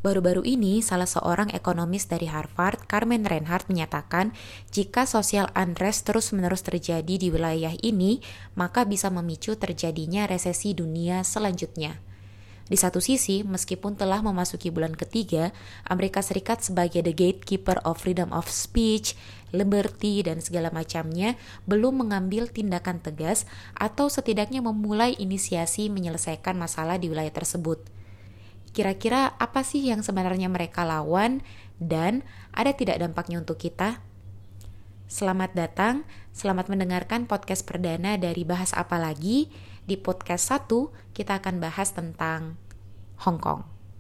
Baru-baru ini, salah seorang ekonomis dari Harvard, Carmen Reinhart, menyatakan jika social unrest terus-menerus terjadi di wilayah ini, maka bisa memicu terjadinya resesi dunia selanjutnya. Di satu sisi, meskipun telah memasuki bulan ketiga, Amerika Serikat sebagai the gatekeeper of freedom of speech, liberty, dan segala macamnya belum mengambil tindakan tegas atau setidaknya memulai inisiasi menyelesaikan masalah di wilayah tersebut. Kira-kira apa sih yang sebenarnya mereka lawan dan ada tidak dampaknya untuk kita? Selamat datang, selamat mendengarkan podcast perdana dari Bahas Apa Lagi. Di podcast 1, kita akan bahas tentang Hong Kong.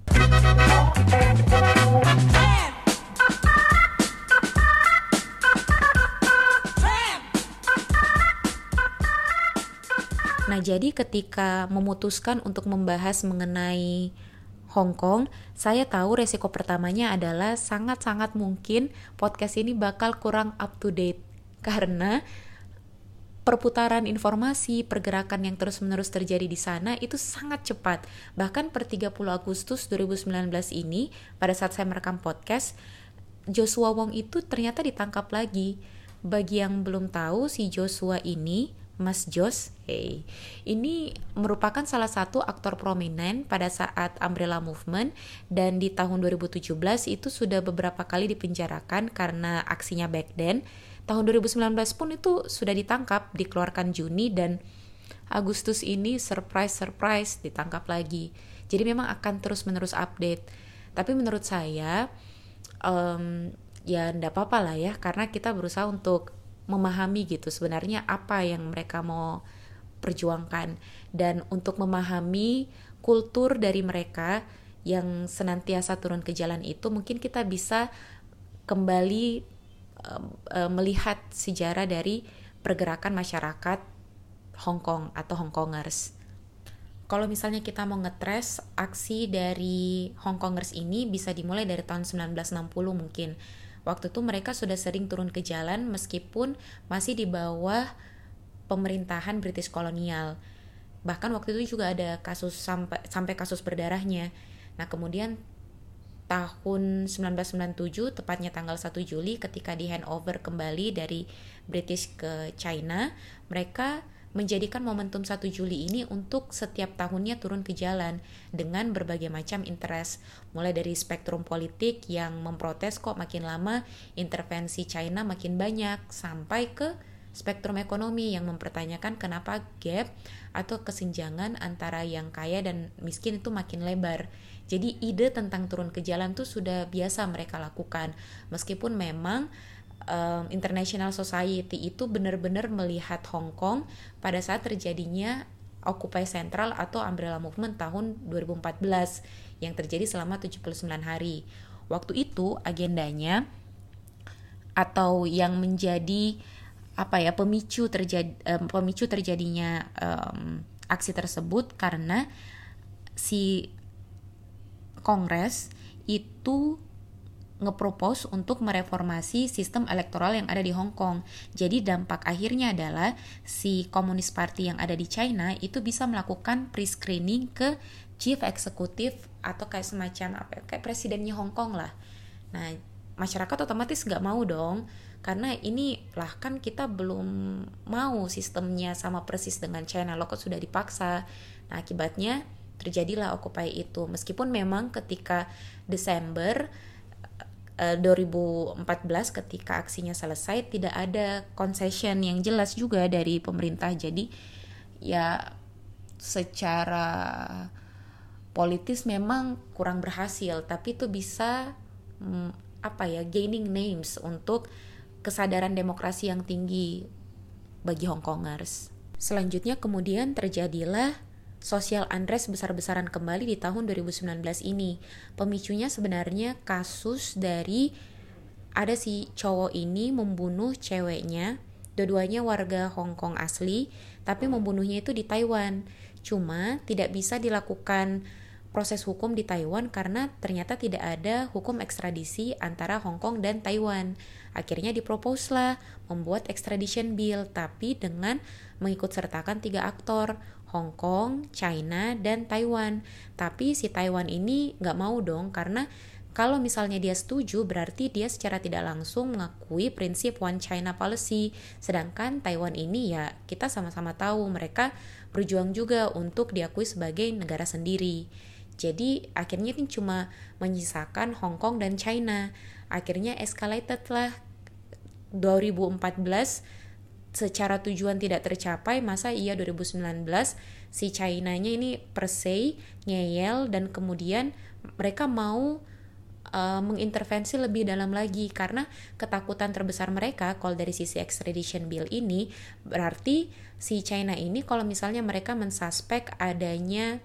Nah, jadi ketika memutuskan untuk membahas mengenai Hong Kong, saya tahu resiko pertamanya adalah sangat-sangat mungkin podcast ini bakal kurang up to date karena perputaran informasi, pergerakan yang terus-menerus terjadi di sana itu sangat cepat. Bahkan per 30 Agustus 2019 ini, pada saat saya merekam podcast, Joshua Wong itu ternyata ditangkap lagi. Bagi yang belum tahu, si Joshua ini, Mas Jos, ini merupakan salah satu aktor prominent pada saat Umbrella Movement, dan di tahun 2017 itu sudah beberapa kali dipenjarakan karena aksinya back then. Tahun 2019 pun itu sudah ditangkap, dikeluarkan Juni, dan Agustus ini surprise ditangkap lagi. Jadi memang akan terus-menerus update. Tapi menurut saya ya enggak apa-apa lah ya, karena kita berusaha untuk memahami gitu sebenarnya apa yang mereka mau perjuangkan, dan untuk memahami kultur dari mereka yang senantiasa turun ke jalan itu, mungkin kita bisa kembali melihat sejarah dari pergerakan masyarakat Hong Kong atau Hongkongers. Kalau misalnya kita mau ngetrace aksi dari Hongkongers ini, bisa dimulai dari tahun 1960 mungkin. Waktu itu mereka sudah sering turun ke jalan meskipun masih di bawah pemerintahan British kolonial. Bahkan waktu itu juga ada kasus sampai kasus berdarahnya. Nah, kemudian tahun 1997, tepatnya tanggal 1 Juli, ketika di handover kembali dari British ke China, mereka menjadikan momentum 1 Juli ini untuk setiap tahunnya turun ke jalan dengan berbagai macam interest, mulai dari spektrum politik yang memprotes kok makin lama intervensi China makin banyak, sampai ke spektrum ekonomi yang mempertanyakan kenapa gap atau kesenjangan antara yang kaya dan miskin itu makin lebar. Jadi ide tentang turun ke jalan tuh sudah biasa mereka lakukan, meskipun memang international society itu benar-benar melihat Hong Kong pada saat terjadinya Occupy Central atau Umbrella Movement tahun 2014 yang terjadi selama 79 hari. Waktu itu agendanya atau yang menjadi pemicu terjadinya aksi tersebut karena si Kongres itu nge-propose untuk mereformasi sistem elektoral yang ada di Hong Kong. Jadi dampak akhirnya adalah si Communist Party yang ada di China itu bisa melakukan pre-screening ke chief executive atau kayak semacam kayak presidennya Hong Kong lah. Nah, masyarakat otomatis nggak mau dong, karena ini lah kan kita belum mau sistemnya sama persis dengan China, lo kok sudah dipaksa. Nah, akibatnya terjadilah Occupy itu. Meskipun memang ketika Desember 2014 ketika aksinya selesai tidak ada concession yang jelas juga dari pemerintah. Jadi ya secara politis memang kurang berhasil, tapi itu bisa gaining names untuk kesadaran demokrasi yang tinggi bagi Hongkongers. Selanjutnya kemudian terjadilah social unrest besar-besaran kembali di tahun 2019 ini. Pemicunya sebenarnya kasus dari ada si cowok ini membunuh ceweknya, dua-duanya warga Hong Kong asli, tapi membunuhnya itu di Taiwan. Cuma tidak bisa dilakukan proses hukum di Taiwan karena ternyata tidak ada hukum ekstradisi antara Hong Kong dan Taiwan. Akhirnya dipropose lah membuat extradition bill, tapi dengan mengikut sertakan 3 aktor, Hong Kong, China, dan Taiwan. Tapi si Taiwan ini nggak mau dong, karena kalau misalnya dia setuju, berarti dia secara tidak langsung mengakui prinsip One China Policy. Sedangkan Taiwan ini ya kita sama-sama tahu mereka berjuang juga untuk diakui sebagai negara sendiri. Jadi akhirnya ini cuma menyisakan Hong Kong dan China. Akhirnya escalated lah 2014, secara tujuan tidak tercapai. Masa iya 2019 si China-nya ini per se ngeyel, dan kemudian mereka mau mengintervensi lebih dalam lagi, karena ketakutan terbesar mereka kalau dari sisi extradition bill ini berarti si China ini kalau misalnya mereka mensuspek adanya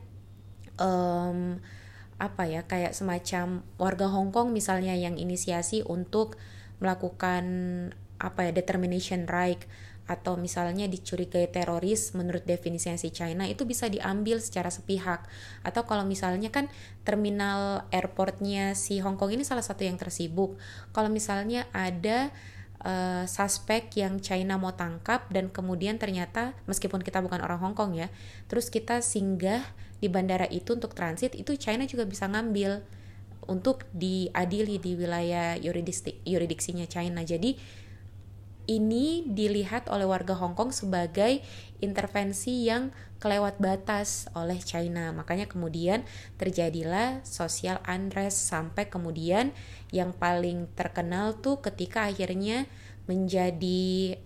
kayak semacam warga Hong Kong misalnya yang inisiasi untuk melakukan determination right, atau misalnya dicurigai teroris menurut definisi si China, itu bisa diambil secara sepihak. Atau kalau misalnya kan terminal airportnya si Hong Kong ini salah satu yang tersibuk, kalau misalnya ada suspek yang China mau tangkap dan kemudian ternyata meskipun kita bukan orang Hong Kong ya, terus kita singgah di bandara itu untuk transit, itu China juga bisa ngambil untuk diadili di wilayah yuridiksinya China. Jadi ini dilihat oleh warga Hong Kong sebagai intervensi yang kelewat batas oleh China. Makanya kemudian terjadilah social unrest, sampai kemudian yang paling terkenal tuh ketika akhirnya menjadi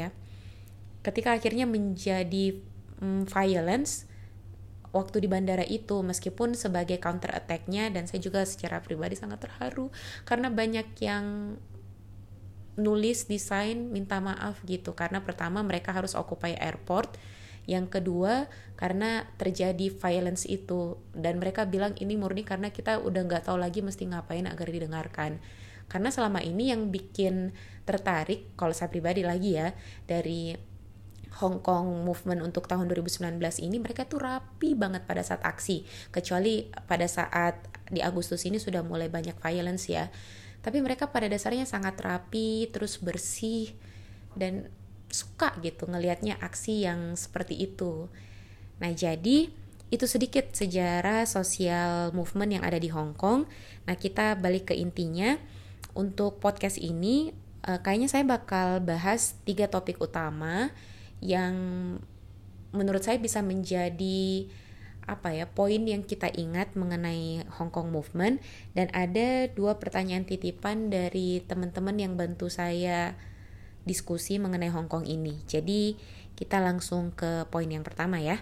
violence waktu di bandara itu, meskipun sebagai counter attack-nya. Dan saya juga secara pribadi sangat terharu karena banyak yang nulis desain minta maaf gitu, karena pertama mereka harus occupy airport, yang kedua karena terjadi violence itu, dan mereka bilang ini murni karena kita udah nggak tahu lagi mesti ngapain agar didengarkan. Karena selama ini yang bikin tertarik kalau saya pribadi lagi ya dari Hong Kong movement untuk tahun 2019 ini, mereka tuh rapi banget pada saat aksi, kecuali pada saat di Agustus ini sudah mulai banyak violence ya. Tapi mereka pada dasarnya sangat rapi, terus bersih, dan suka gitu ngelihatnya aksi yang seperti itu. Nah, jadi itu sedikit sejarah sosial movement yang ada di Hong Kong. Nah, kita balik ke intinya. Untuk podcast ini kayaknya saya bakal bahas 3 topik utama yang menurut saya bisa menjadi poin yang kita ingat mengenai Hong Kong Movement. Dan ada 2 pertanyaan titipan dari teman-teman yang bantu saya diskusi mengenai Hong Kong ini. Jadi kita langsung ke poin yang pertama ya.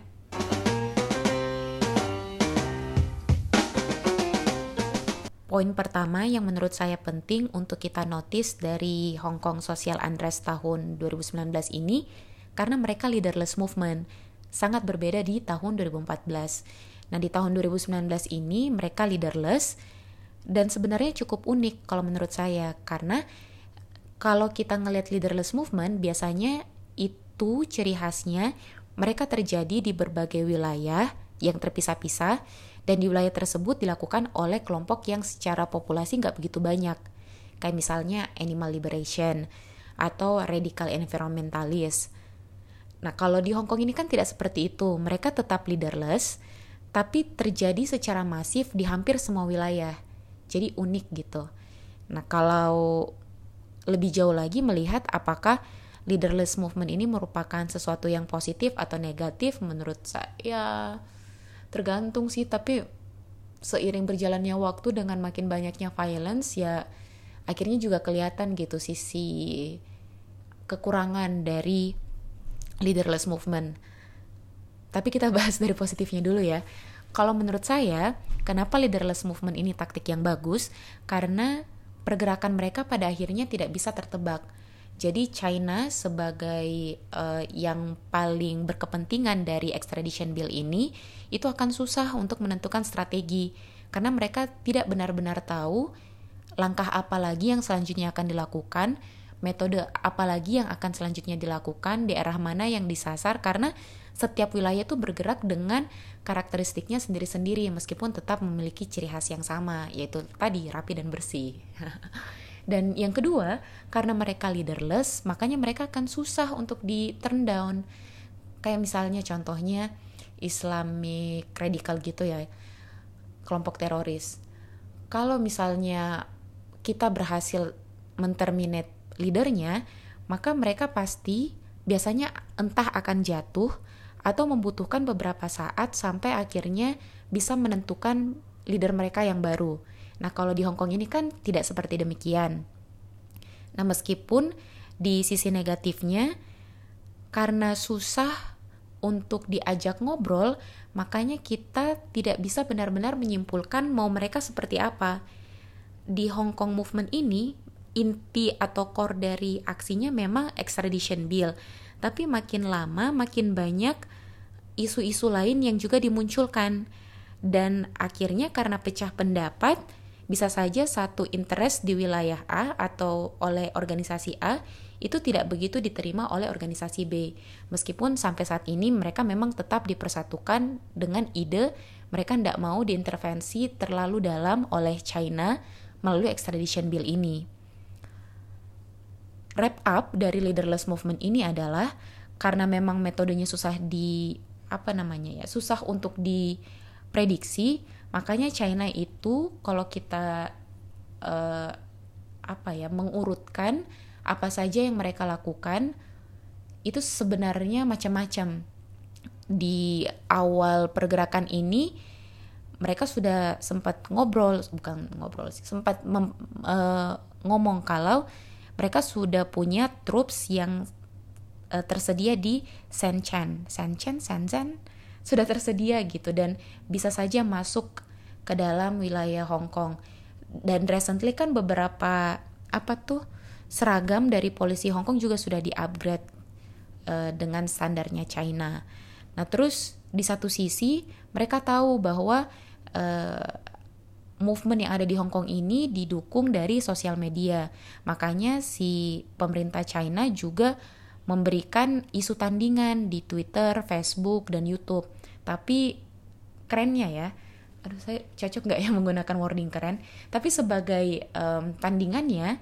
Poin pertama yang menurut saya penting untuk kita notice dari Hong Kong Social Unrest tahun 2019 ini, karena mereka leaderless movement. Sangat berbeda di tahun 2014. Nah, di tahun 2019 ini mereka leaderless, dan sebenarnya cukup unik kalau menurut saya, karena kalau kita ngelihat leaderless movement, biasanya itu ciri khasnya mereka terjadi di berbagai wilayah yang terpisah-pisah, dan di wilayah tersebut dilakukan oleh kelompok yang secara populasi nggak begitu banyak, kayak misalnya animal liberation atau radical environmentalist. Nah, kalau di Hong Kong ini kan tidak seperti itu. Mereka tetap leaderless, tapi terjadi secara masif di hampir semua wilayah. Jadi unik gitu. Nah, kalau lebih jauh lagi melihat apakah leaderless movement ini merupakan sesuatu yang positif atau negatif, menurut saya tergantung sih. Tapi seiring berjalannya waktu dengan makin banyaknya violence, ya akhirnya juga kelihatan gitu sisi kekurangan dari leaderless movement. Tapi kita bahas dari positifnya dulu ya. Kalau menurut saya, kenapa leaderless movement ini taktik yang bagus? Karena pergerakan mereka pada akhirnya tidak bisa tertebak. Jadi China sebagai yang paling berkepentingan dari extradition bill ini, itu akan susah untuk menentukan strategi. Karena mereka tidak benar-benar tahu langkah apa lagi yang selanjutnya akan dilakukan, metode apa lagi yang akan selanjutnya dilakukan, daerah mana yang disasar, karena setiap wilayah itu bergerak dengan karakteristiknya sendiri-sendiri meskipun tetap memiliki ciri khas yang sama, yaitu tadi rapi dan bersih. Dan yang kedua, karena mereka leaderless, makanya mereka akan susah untuk di turn down. Kayak misalnya contohnya Islamic radikal gitu ya, kelompok teroris. Kalau misalnya kita berhasil menterminate leadernya, maka mereka pasti biasanya entah akan jatuh atau membutuhkan beberapa saat sampai akhirnya bisa menentukan leader mereka yang baru. Nah, kalau di Hong Kong ini kan tidak seperti demikian. Nah, meskipun di sisi negatifnya, karena susah untuk diajak ngobrol, makanya kita tidak bisa benar-benar menyimpulkan mau mereka seperti apa. Di Hong Kong Movement ini, inti atau core dari aksinya memang extradition bill. Tapi makin lama, makin banyak isu-isu lain yang juga dimunculkan. Dan akhirnya karena pecah pendapat, bisa saja satu interest di wilayah A atau oleh organisasi A itu tidak begitu diterima oleh organisasi B. Meskipun sampai saat ini mereka memang tetap dipersatukan dengan ide mereka tidak mau diintervensi terlalu dalam oleh China melalui extradition bill ini. Wrap up dari leaderless movement ini adalah karena memang metodenya susah susah untuk diprediksi, makanya China itu kalau kita mengurutkan apa saja yang mereka lakukan itu sebenarnya macam-macam. Di awal pergerakan ini mereka sudah sempat ngomong kalau mereka sudah punya troops yang tersedia di Shenzhen sudah tersedia gitu, dan bisa saja masuk ke dalam wilayah Hong Kong. Dan recently kan beberapa seragam dari polisi Hong Kong juga sudah di-upgrade dengan standarnya China. Nah, terus di satu sisi mereka tahu bahwa movement yang ada di Hong Kong ini didukung dari sosial media. Makanya si pemerintah China juga memberikan isu tandingan di Twitter, Facebook, dan YouTube. Tapi kerennya ya, saya cocok nggak ya menggunakan wording keren? Tapi sebagai tandingannya,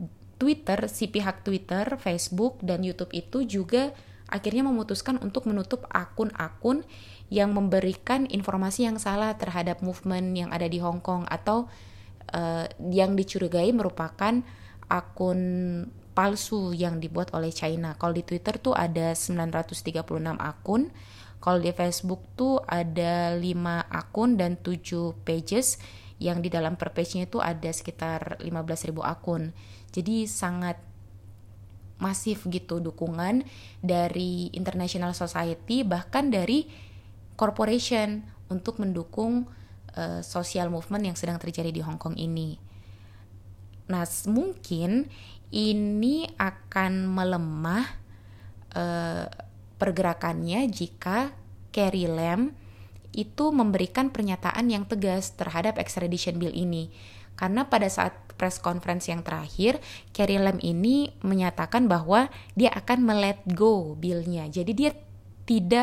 si pihak Twitter, Facebook, dan YouTube itu juga akhirnya memutuskan untuk menutup akun-akun yang memberikan informasi yang salah terhadap movement yang ada di Hong Kong atau yang dicurigai merupakan akun palsu yang dibuat oleh China. Kalau di Twitter tuh ada 936 akun, kalau di Facebook tuh ada 5 akun dan 7 pages, yang di dalam per page-nya itu ada sekitar 15.000 akun. Jadi sangat masif gitu dukungan dari international society, bahkan dari corporation untuk mendukung social movement yang sedang terjadi di Hong Kong ini. Nah, mungkin ini akan melemah pergerakannya jika Carrie Lam itu memberikan pernyataan yang tegas terhadap extradition bill ini. Karena pada saat press conference yang terakhir, Carrie Lam ini menyatakan bahwa dia akan let go bill-nya. Jadi dia tidak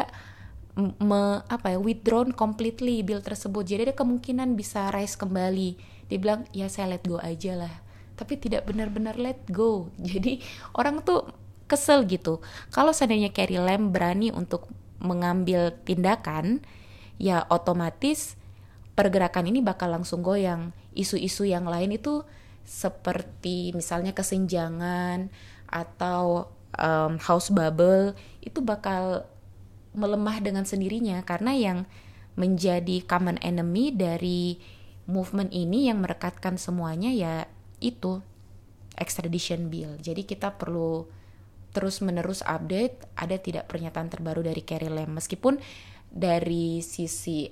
withdrawn completely bill tersebut. Jadi ada kemungkinan bisa rise kembali. Dia bilang, ya saya let go aja lah. Tapi tidak benar-benar let go. Jadi orang tuh kesel gitu. Kalau seandainya Carrie Lam berani untuk mengambil tindakan, ya otomatis pergerakan ini bakal langsung goyang. Isu-isu yang lain itu seperti misalnya kesenjangan atau house bubble itu bakal melemah dengan sendirinya, karena yang menjadi common enemy dari movement ini yang merekatkan semuanya ya itu extradition bill. Jadi kita perlu terus-menerus update ada tidak pernyataan terbaru dari Carrie Lam, meskipun dari sisi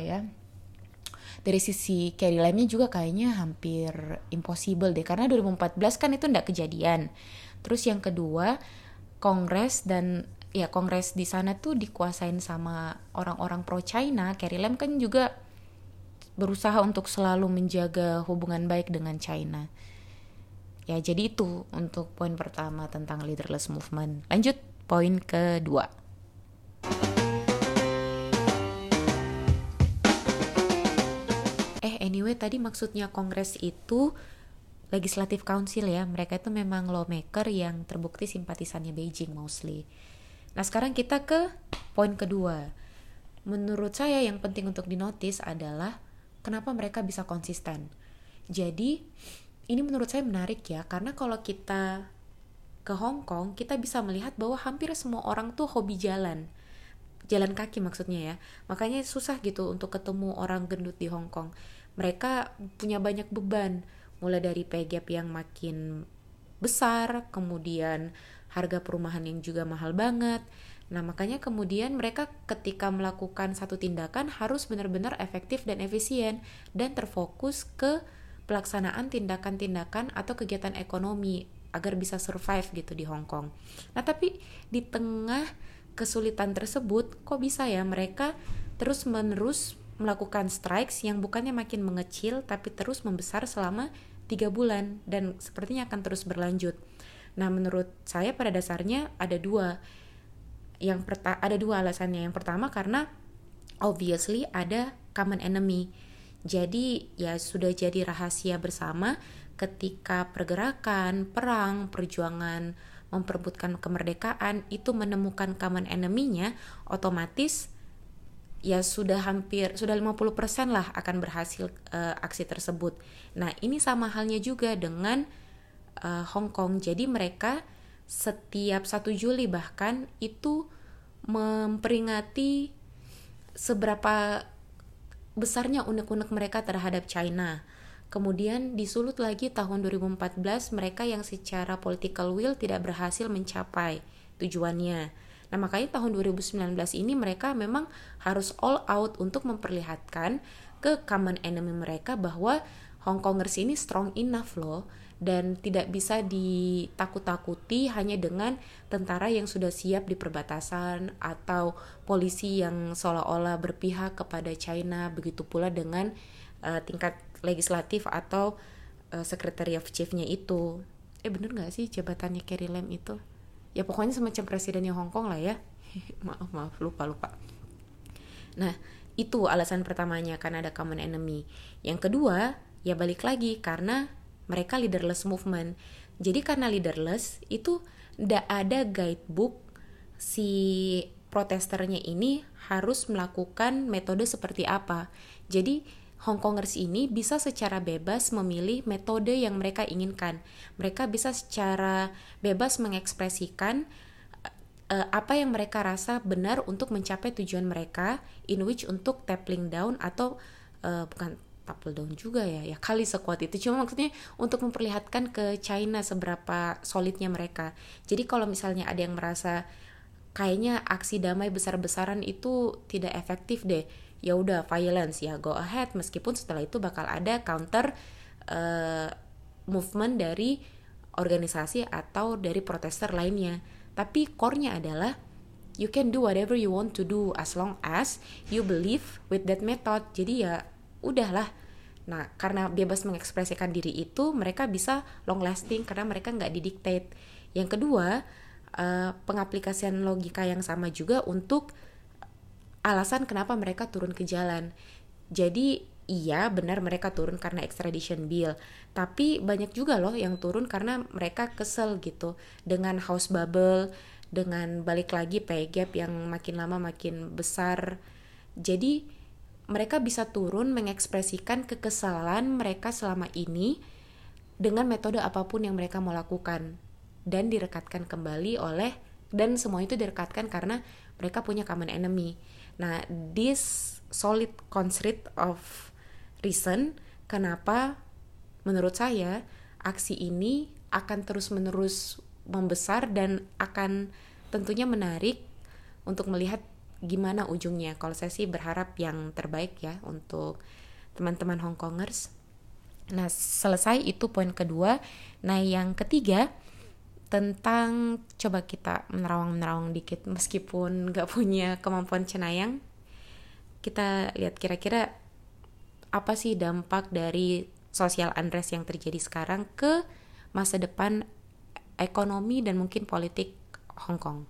dari sisi Carrie Lam-nya juga kayaknya hampir impossible deh, karena 2014 kan itu enggak kejadian. Terus yang kedua, Kongres di sana tuh dikuasain sama orang-orang pro China. Carrie Lam kan juga berusaha untuk selalu menjaga hubungan baik dengan China. Ya, jadi itu untuk poin pertama tentang leaderless movement. Lanjut poin kedua. Anyway, tadi maksudnya Kongres itu Legislative Council ya. Mereka itu memang lawmaker yang terbukti simpatisannya Beijing mostly. Nah, sekarang kita ke poin kedua. menurut saya yang penting untuk dinotis adalah kenapa mereka bisa konsisten. Jadi ini menurut saya menarik ya, karena kalau kita ke Hong Kong, kita bisa melihat bahwa hampir semua orang tuh hobi jalan kaki maksudnya ya. Makanya susah gitu untuk ketemu orang gendut di Hong Kong. Mereka punya banyak beban, mulai dari pay gap yang makin besar, kemudian harga perumahan yang juga mahal banget. Nah, makanya kemudian mereka ketika melakukan satu tindakan harus benar-benar efektif dan efisien dan terfokus ke pelaksanaan tindakan-tindakan atau kegiatan ekonomi agar bisa survive gitu di Hong Kong. Nah, tapi di tengah kesulitan tersebut, kok bisa ya mereka terus-menerus melakukan strikes yang bukannya makin mengecil tapi terus membesar selama 3 bulan dan sepertinya akan terus berlanjut. Nah, menurut saya pada dasarnya ada dua. Ada dua alasannya. Yang pertama karena obviously ada common enemy. Jadi ya sudah jadi rahasia bersama ketika pergerakan, perang, perjuangan memperebutkan kemerdekaan itu menemukan common enemy-nya, otomatis ya sudah 50% lah akan berhasil aksi tersebut. Nah, ini sama halnya juga dengan Hong Kong. Jadi mereka setiap 1 Juli bahkan itu memperingati seberapa besarnya unek-unek mereka terhadap China. Kemudian disulut lagi tahun 2014 mereka yang secara political will tidak berhasil mencapai tujuannya. Nah, makanya tahun 2019 ini mereka memang harus all out untuk memperlihatkan ke common enemy mereka bahwa Hongkongers ini strong enough loh, dan tidak bisa ditakut-takuti hanya dengan tentara yang sudah siap di perbatasan atau polisi yang seolah-olah berpihak kepada China, begitu pula dengan tingkat legislatif atau Secretary of Chief-nya itu. Bener gak sih jabatannya Carrie Lam itu? Ya pokoknya semacam presidennya Hong Kong lah ya. maaf lupa. Nah, itu alasan pertamanya, karena ada common enemy. Yang kedua, ya balik lagi karena mereka leaderless movement. Jadi karena leaderless itu ndak ada guidebook si protesternya ini harus melakukan metode seperti apa. Jadi Hongkongers ini bisa secara bebas memilih metode yang mereka inginkan. Mereka bisa secara bebas mengekspresikan apa yang mereka rasa benar untuk mencapai tujuan mereka, in which untuk tackling down atau bukan topple down juga ya kali sekuat itu. Cuma maksudnya untuk memperlihatkan ke China seberapa solidnya mereka. Jadi kalau misalnya ada yang merasa kayaknya aksi damai besar-besaran itu tidak efektif deh, ya udah violence ya go ahead, meskipun setelah itu bakal ada counter movement dari organisasi atau dari protester lainnya. Tapi core-nya adalah you can do whatever you want to do as long as you believe with that method. Jadi ya udahlah. Nah, karena bebas mengekspresikan diri itu, mereka bisa long lasting karena mereka nggak didictate. Yang kedua, pengaplikasian logika yang sama juga untuk alasan kenapa mereka turun ke jalan. Jadi iya benar mereka turun karena extradition bill, tapi banyak juga loh yang turun karena mereka kesel gitu dengan house bubble, dengan balik lagi pay gap yang makin lama makin besar. Jadi mereka bisa turun mengekspresikan kekesalan mereka selama ini dengan metode apapun yang mereka mau lakukan, dan direkatkan kembali dan semua itu direkatkan karena mereka punya common enemy. Nah, this solid concrete of reason kenapa menurut saya aksi ini akan terus-menerus membesar dan akan tentunya menarik untuk melihat gimana ujungnya. Kalau saya sih berharap yang terbaik ya untuk teman-teman Hongkongers. Nah, selesai itu poin kedua. Nah, yang ketiga tentang, coba kita menerawang dikit meskipun gak punya kemampuan cenayang. Kita lihat kira-kira apa sih dampak dari social unrest yang terjadi sekarang ke masa depan ekonomi dan mungkin politik Hong Kong.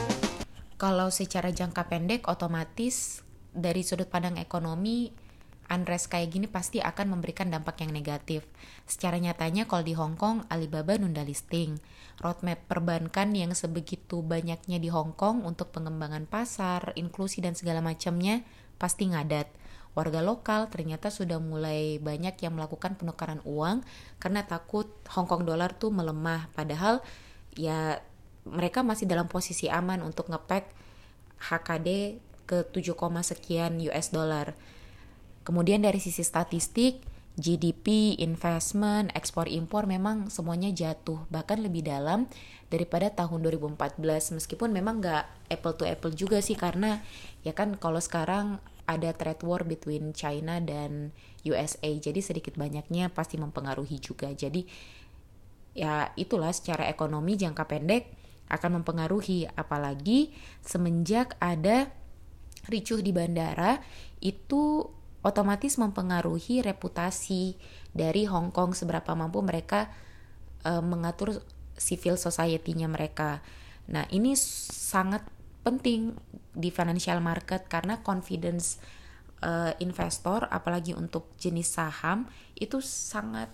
Kalau secara jangka pendek, otomatis dari sudut pandang ekonomi unrest kayak gini pasti akan memberikan dampak yang negatif. Secara nyatanya kalau di Hong Kong, Alibaba nunda listing. Roadmap perbankan yang sebegitu banyaknya di Hong Kong untuk pengembangan pasar, inklusi dan segala macamnya pasti ngadat. Warga lokal ternyata sudah mulai banyak yang melakukan penukaran uang karena takut Hong Kong dollar tuh melemah. Padahal ya mereka masih dalam posisi aman untuk ngepack HKD ke 7, sekian US dollar. Kemudian dari sisi statistik, GDP, investment, ekspor impor memang semuanya jatuh, bahkan lebih dalam daripada tahun 2014. Meskipun memang nggak apple to apple juga sih, karena ya kan kalau sekarang ada trade war between China dan USA, jadi sedikit banyaknya pasti mempengaruhi juga. Jadi ya itulah, secara ekonomi jangka pendek akan mempengaruhi, apalagi semenjak ada ricuh di bandara itu otomatis mempengaruhi reputasi dari Hong Kong, seberapa mampu mereka mengatur civil society-nya mereka. Nah, ini sangat penting di financial market karena confidence investor, apalagi untuk jenis saham itu sangat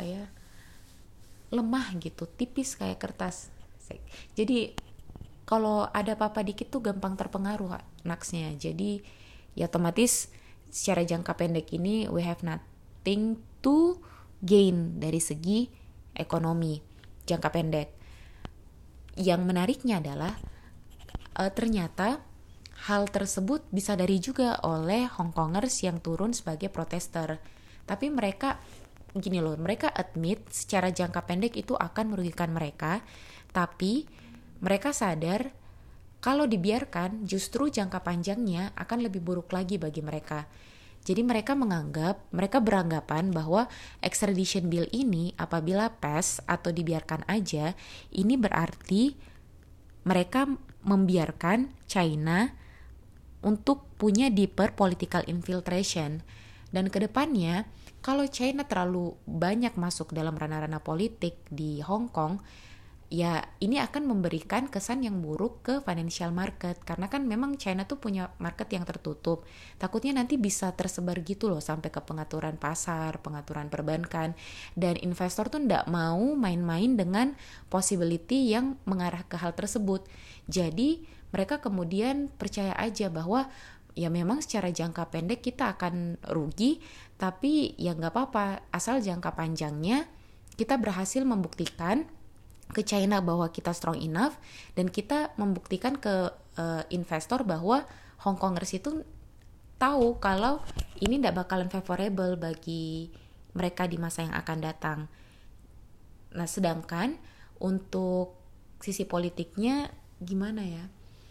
lemah gitu, tipis kayak kertas. Jadi kalau ada apa-apa dikit tuh gampang terpengaruh naksnya. Jadi ya otomatis secara jangka pendek ini we have nothing to gain dari segi ekonomi jangka pendek. Yang menariknya adalah ternyata hal tersebut disadari juga oleh Hongkongers yang turun sebagai protester. Tapi mereka gini loh, mereka admit secara jangka pendek itu akan merugikan mereka, tapi mereka sadar kalau dibiarkan justru jangka panjangnya akan lebih buruk lagi bagi mereka. Jadi mereka beranggapan bahwa extradition bill ini apabila pass atau dibiarkan aja, ini berarti mereka membiarkan China untuk punya deeper political infiltration. Dan kedepannya kalau China terlalu banyak masuk dalam ranah-ranah politik di Hong Kong, ya ini akan memberikan kesan yang buruk ke financial market, karena kan memang China tuh punya market yang tertutup. Takutnya nanti bisa tersebar gitu loh sampai ke pengaturan pasar, pengaturan perbankan, dan investor tuh nggak mau main-main dengan possibility yang mengarah ke hal tersebut. Jadi mereka kemudian percaya aja bahwa ya memang secara jangka pendek kita akan rugi, tapi ya nggak apa-apa asal jangka panjangnya kita berhasil membuktikan ke China bahwa kita strong enough, dan kita membuktikan ke investor bahwa Hongkongers itu tahu kalau ini tidak bakalan favorable bagi mereka di masa yang akan datang. Nah, sedangkan untuk sisi politiknya gimana ya?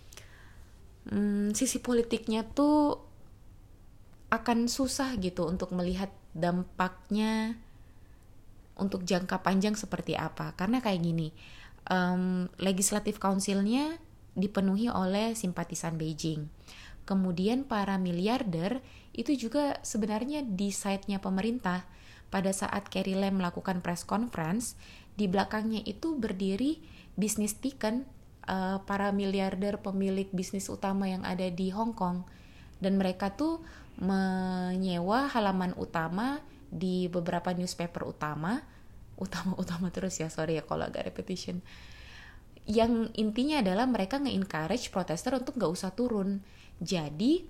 Sisi politiknya tuh akan susah gitu untuk melihat dampaknya untuk jangka panjang seperti apa, karena kayak gini, Legislative Council-nya dipenuhi oleh simpatisan Beijing. Kemudian para miliarder itu juga sebenarnya di side-nya pemerintah. Pada saat Carrie Lam melakukan press conference, di belakangnya itu berdiri bisnis tiken, para miliarder pemilik bisnis utama yang ada di Hong Kong, dan mereka tuh menyewa halaman utama di beberapa newspaper utama terus ya, sorry ya kalau agak repetition. Yang intinya adalah mereka nge-encourage protester untuk gak usah turun. Jadi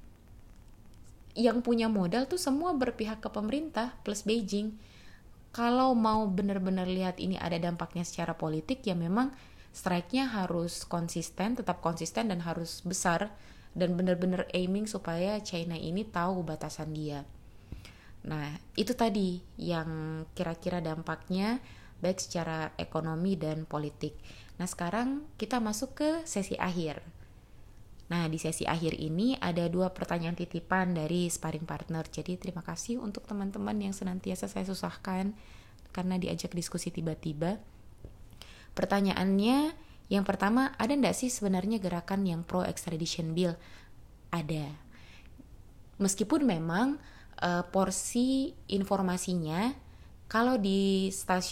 yang punya modal tuh semua berpihak ke pemerintah plus Beijing. Kalau mau benar-benar lihat ini ada dampaknya secara politik, ya memang strike-nya harus konsisten, tetap konsisten dan harus besar, dan benar-benar aiming supaya China ini tahu batasan dia. Nah, itu tadi yang kira-kira dampaknya baik secara ekonomi dan politik. Nah, sekarang kita masuk ke sesi akhir. Nah, di sesi akhir ini ada 2 pertanyaan titipan dari sparring partner. Jadi, terima kasih untuk teman-teman yang senantiasa saya susahkan karena diajak diskusi tiba-tiba. Pertanyaannya, yang pertama, ada nggak sih sebenarnya gerakan yang pro extradition bill? Ada. Meskipun memang porsi informasinya kalau di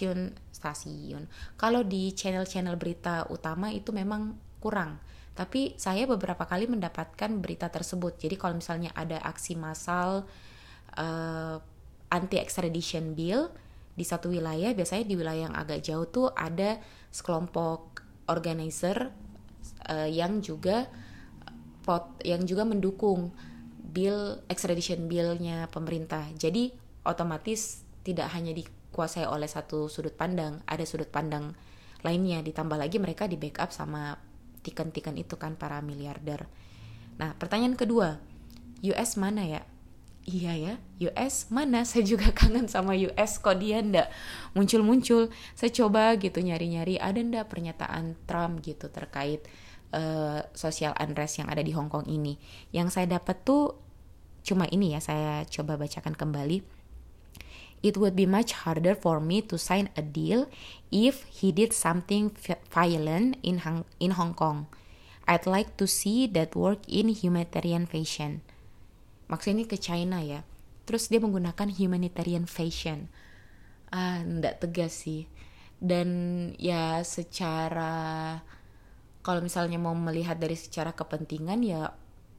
kalau di channel-channel berita utama itu memang kurang, tapi saya beberapa kali mendapatkan berita tersebut. Jadi kalau misalnya ada aksi massal anti extradition bill di satu wilayah. Biasanya di wilayah yang agak jauh tuh ada sekelompok organizer yang juga mendukung extradition bill-nya pemerintah. Jadi otomatis tidak hanya dikuasai oleh satu sudut pandang, ada sudut pandang lainnya, ditambah lagi mereka di backup sama tiken-tiken itu kan, para miliarder. Nah, pertanyaan kedua, US mana ya? Iya ya, US mana? Saya juga kangen sama US, kok dia ndak muncul-muncul. Saya coba gitu nyari-nyari, ada ndak pernyataan Trump gitu terkait social unrest yang ada di Hong Kong ini. Yang saya dapat tuh cuma ini ya, saya coba bacakan kembali. It would be much harder for me to sign a deal if he did something violent in Hong Kong. I'd like to see that work in humanitarian fashion. Maksudnya ini ke China ya. Terus dia menggunakan humanitarian fashion. Nggak tegas sih. Dan ya secara, kalau misalnya mau melihat dari secara kepentingan ya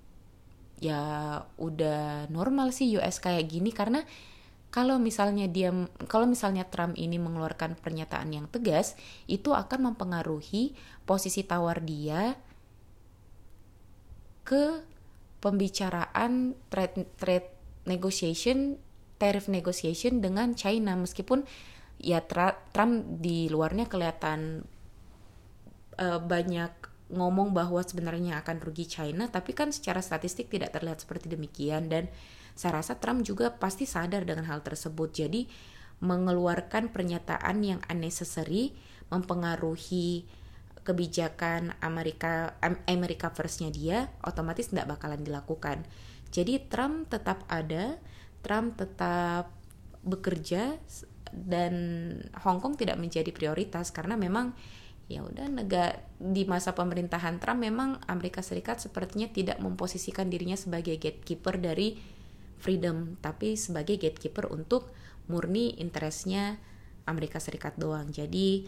udah normal sih US kayak gini, karena kalau misalnya Trump ini mengeluarkan pernyataan yang tegas, itu akan mempengaruhi posisi tawar dia ke pembicaraan trade negotiation, tariff negotiation dengan China. Meskipun ya Trump di luarnya kelihatan banyak ngomong bahwa sebenarnya akan rugi China, tapi kan secara statistik tidak terlihat seperti demikian. Dan saya rasa Trump juga pasti sadar dengan hal tersebut. Jadi mengeluarkan pernyataan yang unnecessary, mempengaruhi kebijakan America First-nya dia, otomatis tidak bakalan dilakukan. Jadi Trump tetap ada, Trump tetap bekerja, dan Hong Kong tidak menjadi prioritas karena memang ya udah, di masa pemerintahan Trump memang Amerika Serikat sepertinya tidak memposisikan dirinya sebagai gatekeeper dari freedom, tapi sebagai gatekeeper untuk murni interestnya Amerika Serikat doang. Jadi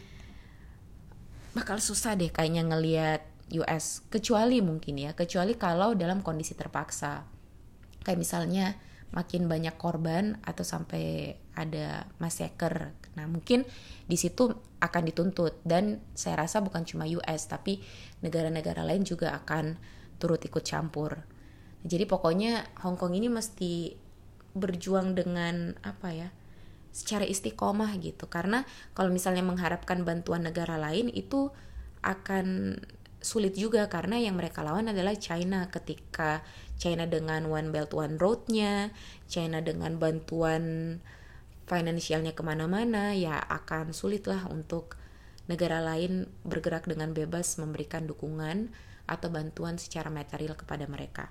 bakal susah deh kayaknya ngelihat US, kecuali kalau dalam kondisi terpaksa, kayak misalnya makin banyak korban atau sampai ada massacre. Nah, mungkin di situ akan dituntut, dan saya rasa bukan cuma US tapi negara-negara lain juga akan turut ikut campur. Jadi pokoknya Hong Kong ini mesti berjuang dengan secara istiqomah gitu, karena kalau misalnya mengharapkan bantuan negara lain itu akan sulit juga, karena yang mereka lawan adalah China. Ketika China dengan One Belt One Road-nya, China dengan bantuan finansialnya kemana-mana, ya akan sulit lah untuk negara lain bergerak dengan bebas memberikan dukungan atau bantuan secara material kepada mereka.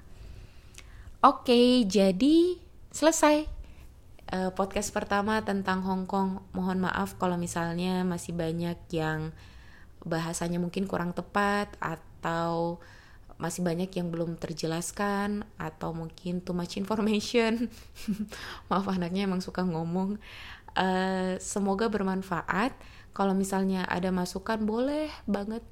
Oke, jadi selesai podcast pertama tentang Hong Kong. Mohon maaf kalau misalnya masih banyak yang bahasanya mungkin kurang tepat, atau masih banyak yang belum terjelaskan, atau mungkin too much information. Maaf, anaknya emang suka ngomong. Semoga bermanfaat. Kalau misalnya ada masukan, boleh banget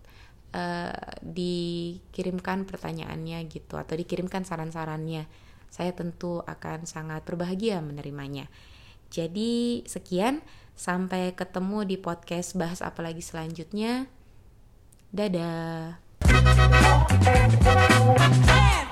dikirimkan pertanyaannya gitu, atau dikirimkan saran-sarannya. Saya tentu akan sangat berbahagia menerimanya. Jadi sekian, sampai ketemu di podcast Bahas Apa Lagi selanjutnya. Dadah.